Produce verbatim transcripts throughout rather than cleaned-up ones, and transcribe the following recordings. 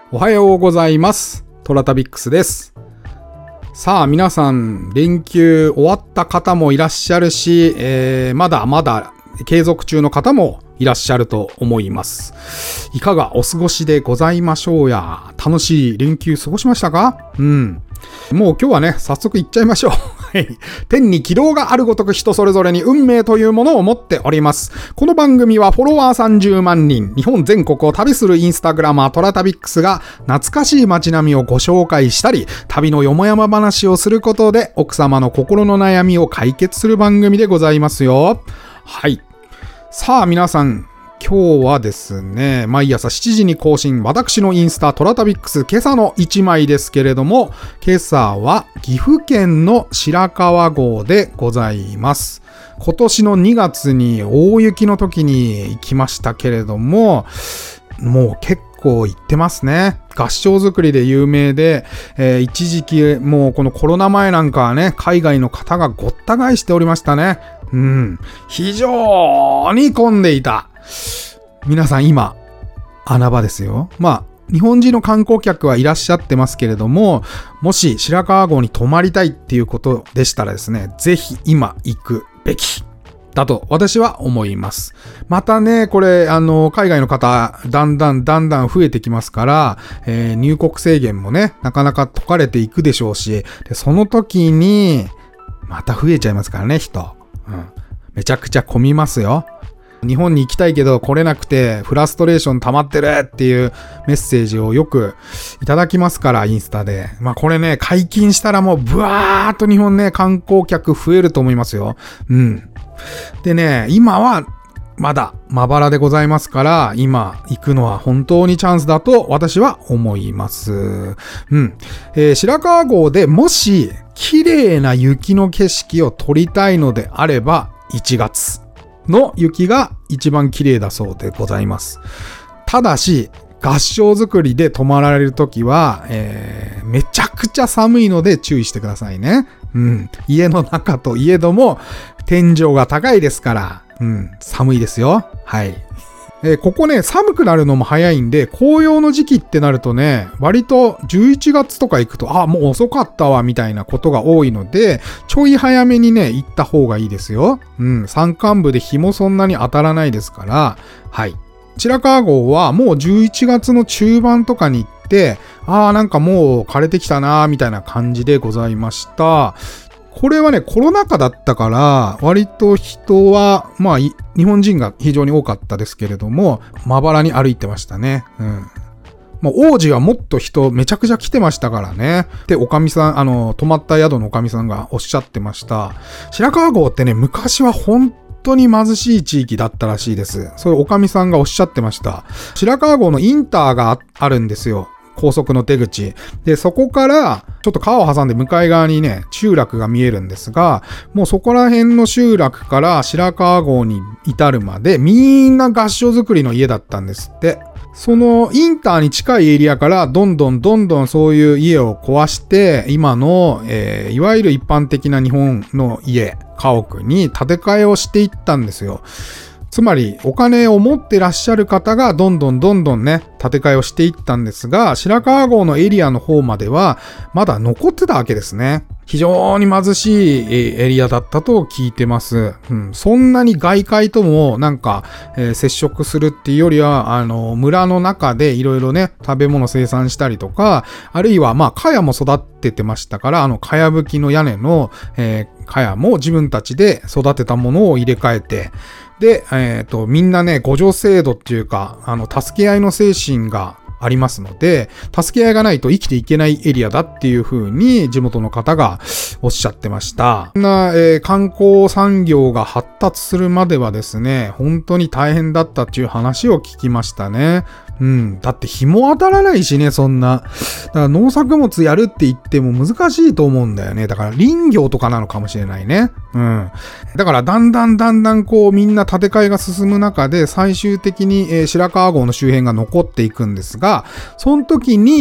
おはようございます。トラタビックスです。さあ皆さん、連休終わった方もいらっしゃるし、えー、まだまだ継続中の方もいらっしゃると思います。いかがお過ごしでございましょうや。楽しい連休過ごしましたか？うん。もう今日はね、早速行っちゃいましょう。はい。天に軌道があるごとく人それぞれに運命というものを持っております。この番組はフォロワーさんじゅうまんにん、日本全国を旅するインスタグラマートラタビックスが懐かしい街並みをご紹介したり、旅のよもやま話をすることで奥様の心の悩みを解決する番組でございますよ。はい。さあ皆さん、今日はですね、毎朝しちじに更新、私のインスタトラタビックス今朝のいちまいですけれども、今朝は岐阜県の白川郷でございます。今年のにがつに大雪の時に行きましたけれども、もう結構行ってますね。合掌造りで有名で、えー、一時期もうこのコロナ前なんかはね、海外の方がごった返しておりましたね。うん。非常に混んでいた。皆さん今、穴場ですよ。まあ、日本人の観光客はいらっしゃってますけれども、もし白川郷に泊まりたいっていうことでしたらですね、ぜひ今行くべきだと私は思います。またね、これ、あの、海外の方、だんだんだんだん増えてきますから、えー、入国制限もね、なかなか解かれていくでしょうし、でその時に、また増えちゃいますからね、人。うん。めちゃくちゃ混みますよ。日本に行きたいけど来れなくてフラストレーション溜まってるっていうメッセージをよくいただきますから、インスタで。まあこれね、解禁したらもうブワーっと日本ね、観光客増えると思いますよ。うん。でね、今はまだまばらでございますから、今行くのは本当にチャンスだと私は思います。うん。えー、白川郷でもし綺麗な雪の景色を撮りたいのであれば、いちがつの雪が一番綺麗だそうでございます。ただし、合掌造りで泊まられるときは、えー、めちゃくちゃ寒いので注意してくださいね。うん。家の中といえども、天井が高いですから、うん、寒いですよ。はい。えー、ここね、寒くなるのも早いんで、紅葉の時期ってなるとね、割とじゅういちがつとか行くと、あ、もう遅かったわ、みたいなことが多いので、ちょい早めにね、行った方がいいですよ。うん、山間部で日もそんなに当たらないですから、はい。白川郷はもうじゅういちがつの中盤とかに行って、あーなんかもう枯れてきたなー、みたいな感じでございました。これはね、コロナ禍だったから、割と人は、まあ、日本人が非常に多かったですけれども、まばらに歩いてましたね。うん。もう王子はもっと人めちゃくちゃ来てましたからね。で、おかみさん、あの、泊まった宿のおかみさんがおっしゃってました。白川郷ってね、昔は本当に貧しい地域だったらしいです。そういうおかみさんがおっしゃってました。白川郷のインターが あ, あるんですよ。高速の出口。で、そこから、ちょっと川を挟んで向かい側にね、集落が見えるんですが、もうそこら辺の集落から白川郷に至るまで、みんな合掌造りの家だったんですって。そのインターに近いエリアからどんどんどんどんそういう家を壊して、今の、えー、いわゆる一般的な日本の家、家屋に建て替えをしていったんですよ。つまりお金を持ってらっしゃる方がどんどんどんどんね、建て替えをしていったんですが、白川郷のエリアの方まではまだ残ってたわけですね。非常に貧しいエリアだったと聞いてます。うん、そんなに外界ともなんか、えー、接触するっていうよりは、あの、村の中でいろいろね、食べ物生産したりとか、あるいはまあ、茅も育ててましたから、あの、茅葺きの屋根の、えー、茅も自分たちで育てたものを入れ替えて、で、えっと、みんなね、互助制度っていうか、あの、助け合いの精神がありますので、助け合いがないと生きていけないエリアだっていう風に地元の方がおっしゃってました。そんな、えー、観光産業が発達するまではですね、本当に大変だったっていう話を聞きましたね。うん。だって日も当たらないしね、そんな。だから農作物やるって言っても難しいと思うんだよね。だから林業とかなのかもしれないね。うん。だからだんだんだんだんこうみんな建て替えが進む中で最終的に、えー、白川郷の周辺が残っていくんですが、その時に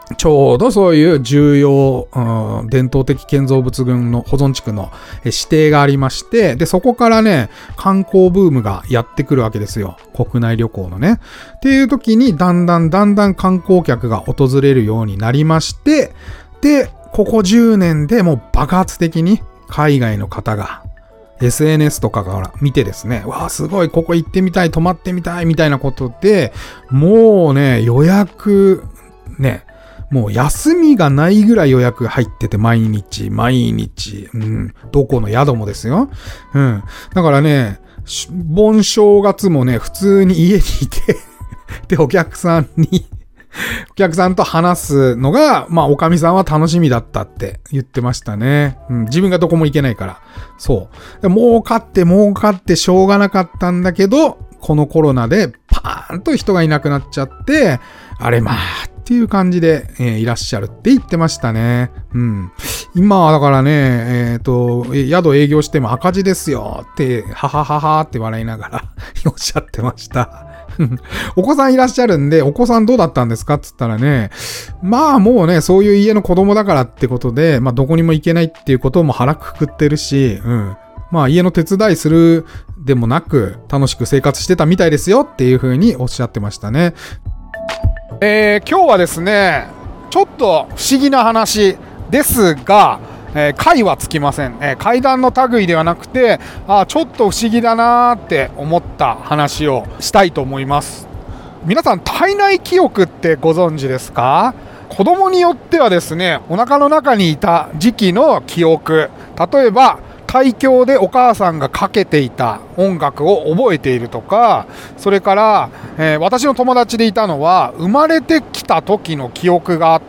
ちょうどそういう重要、うん、伝統的建造物群の保存地区の指定がありまして、で、そこからね、観光ブームがやってくるわけですよ。国内旅行のね。っていう時に、だんだんだんだん観光客が訪れるようになりまして、で、ここじゅうねんでもう爆発的に海外の方が、エスエヌエス とかから見てですね、わあすごい、ここ行ってみたい、泊まってみたい、みたいなことで、もうね、予約、ね、もう休みがないぐらい予約入ってて、毎日、毎日、うん、どこの宿もですよ。うん。だからね、盆正月もね、普通に家にいて、で、お客さんに、お客さんと話すのが、まあ、おかみさんは楽しみだったって言ってましたね。うん、自分がどこも行けないから。そう。で儲かって儲かってしょうがなかったんだけど、このコロナでパーンと人がいなくなっちゃって、あれまあ、っていう感じで、えー、いらっしゃるって言ってましたね。うん。今はだからね、えっと、宿営業しても赤字ですよって、ははははって笑いながらおっしゃってました。お子さんいらっしゃるんで、お子さんどうだったんですかって言ったらね、まあもうね、そういう家の子供だからってことで、まあどこにも行けないっていうことも腹くくってるし、うん。まあ家の手伝いするでもなく、楽しく生活してたみたいですよっていう風におっしゃってましたね。えー、今日はですね、ちょっと不思議な話ですが、えー、解はつきません、えー、怪談の類ではなくて、あちょっと不思議だなーって思った話をしたいと思います。皆さん、体内記憶ってご存知ですか？子供によってはですね、お腹の中にいた時期の記憶、例えば胎教でお母さんがかけていた音楽を覚えているとか、それから、えー、私の友達でいたのは生まれてきた時の記憶があって、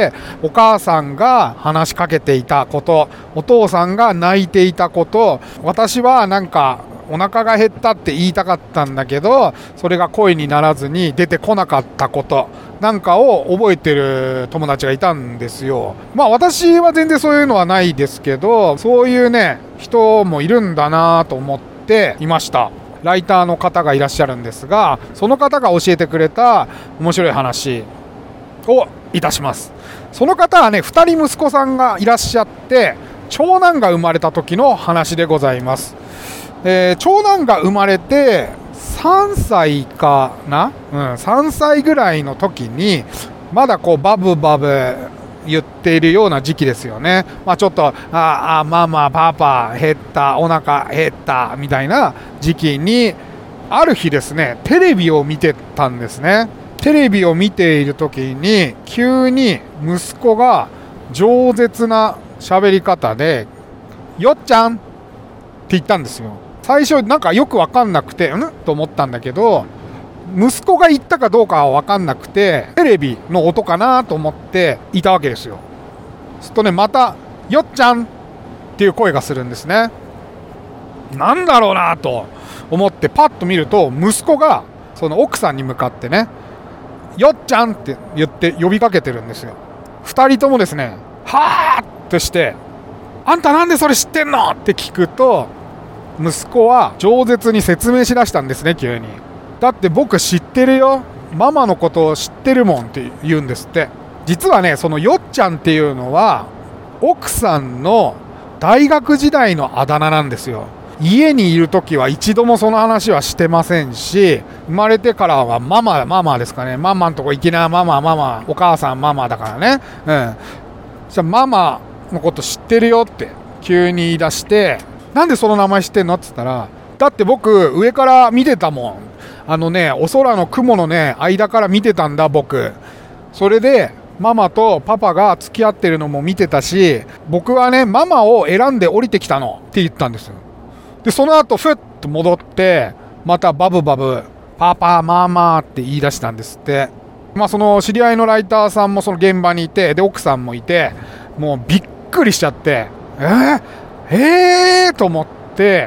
お母さんが話しかけていたこと、お父さんが泣いていたこと、私はなんかお腹が減ったって言いたかったんだけど、それが声にならずに出てこなかったことなんかを覚えてる友達がいたんですよ。まあ私は全然そういうのはないですけど、そういうね人もいるんだなと思っていました。ライターの方がいらっしゃるんですが、その方が教えてくれた面白い話をいたします。その方はね、ふたり息子さんがいらっしゃって、長男が生まれた時の話でございます。えー、長男が生まれてさんさいかな、うん、さんさいぐらいの時にまだこうバブバブ言っているような時期ですよね。まあちょっとああママパパ減ったお腹減ったみたいな時期に、ある日ですねテレビを見てたんですね。テレビを見ている時に急に息子が饒舌な喋り方でよっちゃんって言ったんですよ。最初なんかよく分かんなくてんと思ったんだけど、息子が言ったかどうかは分かんなくて、テレビの音かなと思っていたわけですよ。するとね、またよっちゃんっていう声がするんですね。なんだろうなと思ってパッと見ると、息子がその奥さんに向かってね、よっちゃんって言って呼びかけてるんですよ。二人ともですね、はーっとして、あんたなんでそれ知ってんのって聞くと、息子は饒舌に説明しだしたんですね。急に、だって僕知ってるよ、ママのことを知ってるもんって言うんですって。実はね、そのよっちゃんっていうのは奥さんの大学時代のあだ名なんですよ。家にいる時は一度もその話はしてませんし、生まれてからはママママですかね。ママのとこ行きな、ママママ、お母さんママだからね。うん。じゃあママのこと知ってるよって急に言い出して、なんでその名前知ってんのって言ったら、だって僕上から見てたもん。あのね、お空の雲のね間から見てたんだ僕。それでママとパパが付き合ってるのも見てたし、僕はねママを選んで降りてきたのって言ったんですよ。でその後ふっと戻ってまたバブバブパパママって言い出したんですって。まあその知り合いのライターさんもその現場にいて、で奥さんもいて、もうびっくりしちゃって、えーえーと思って、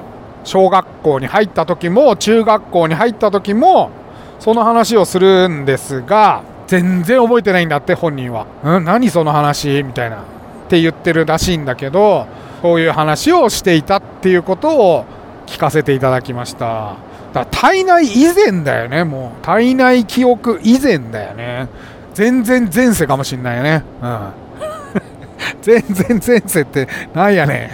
小学校に入った時も中学校に入った時もその話をするんですが、全然覚えてないんだって本人は。うん、何その話みたいなって言ってるらしいんだけど、こういう話をしていたっていうことを聞かせていただきました。だから体内以前だよね。もう体内記憶以前だよね。 全然前世かもしんないよね。うん。全然前世ってなんやね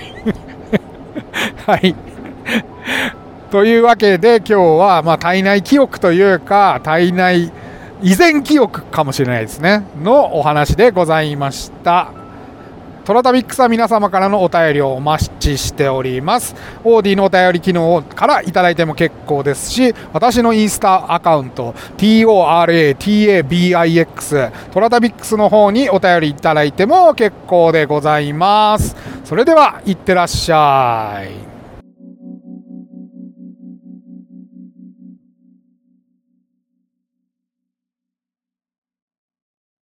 ん。はい。というわけで今日は、まあ、体内記憶というか、体内以前記憶かもしれないですね。のお話でございました。トラタビックスは皆様からのお便りをお待ちしております。オーディのお便り機能からいただいても結構ですし、私のインスタアカウント トラタビックス トラタビックスの方にお便りいただいても結構でございます。それではいってらっしゃい。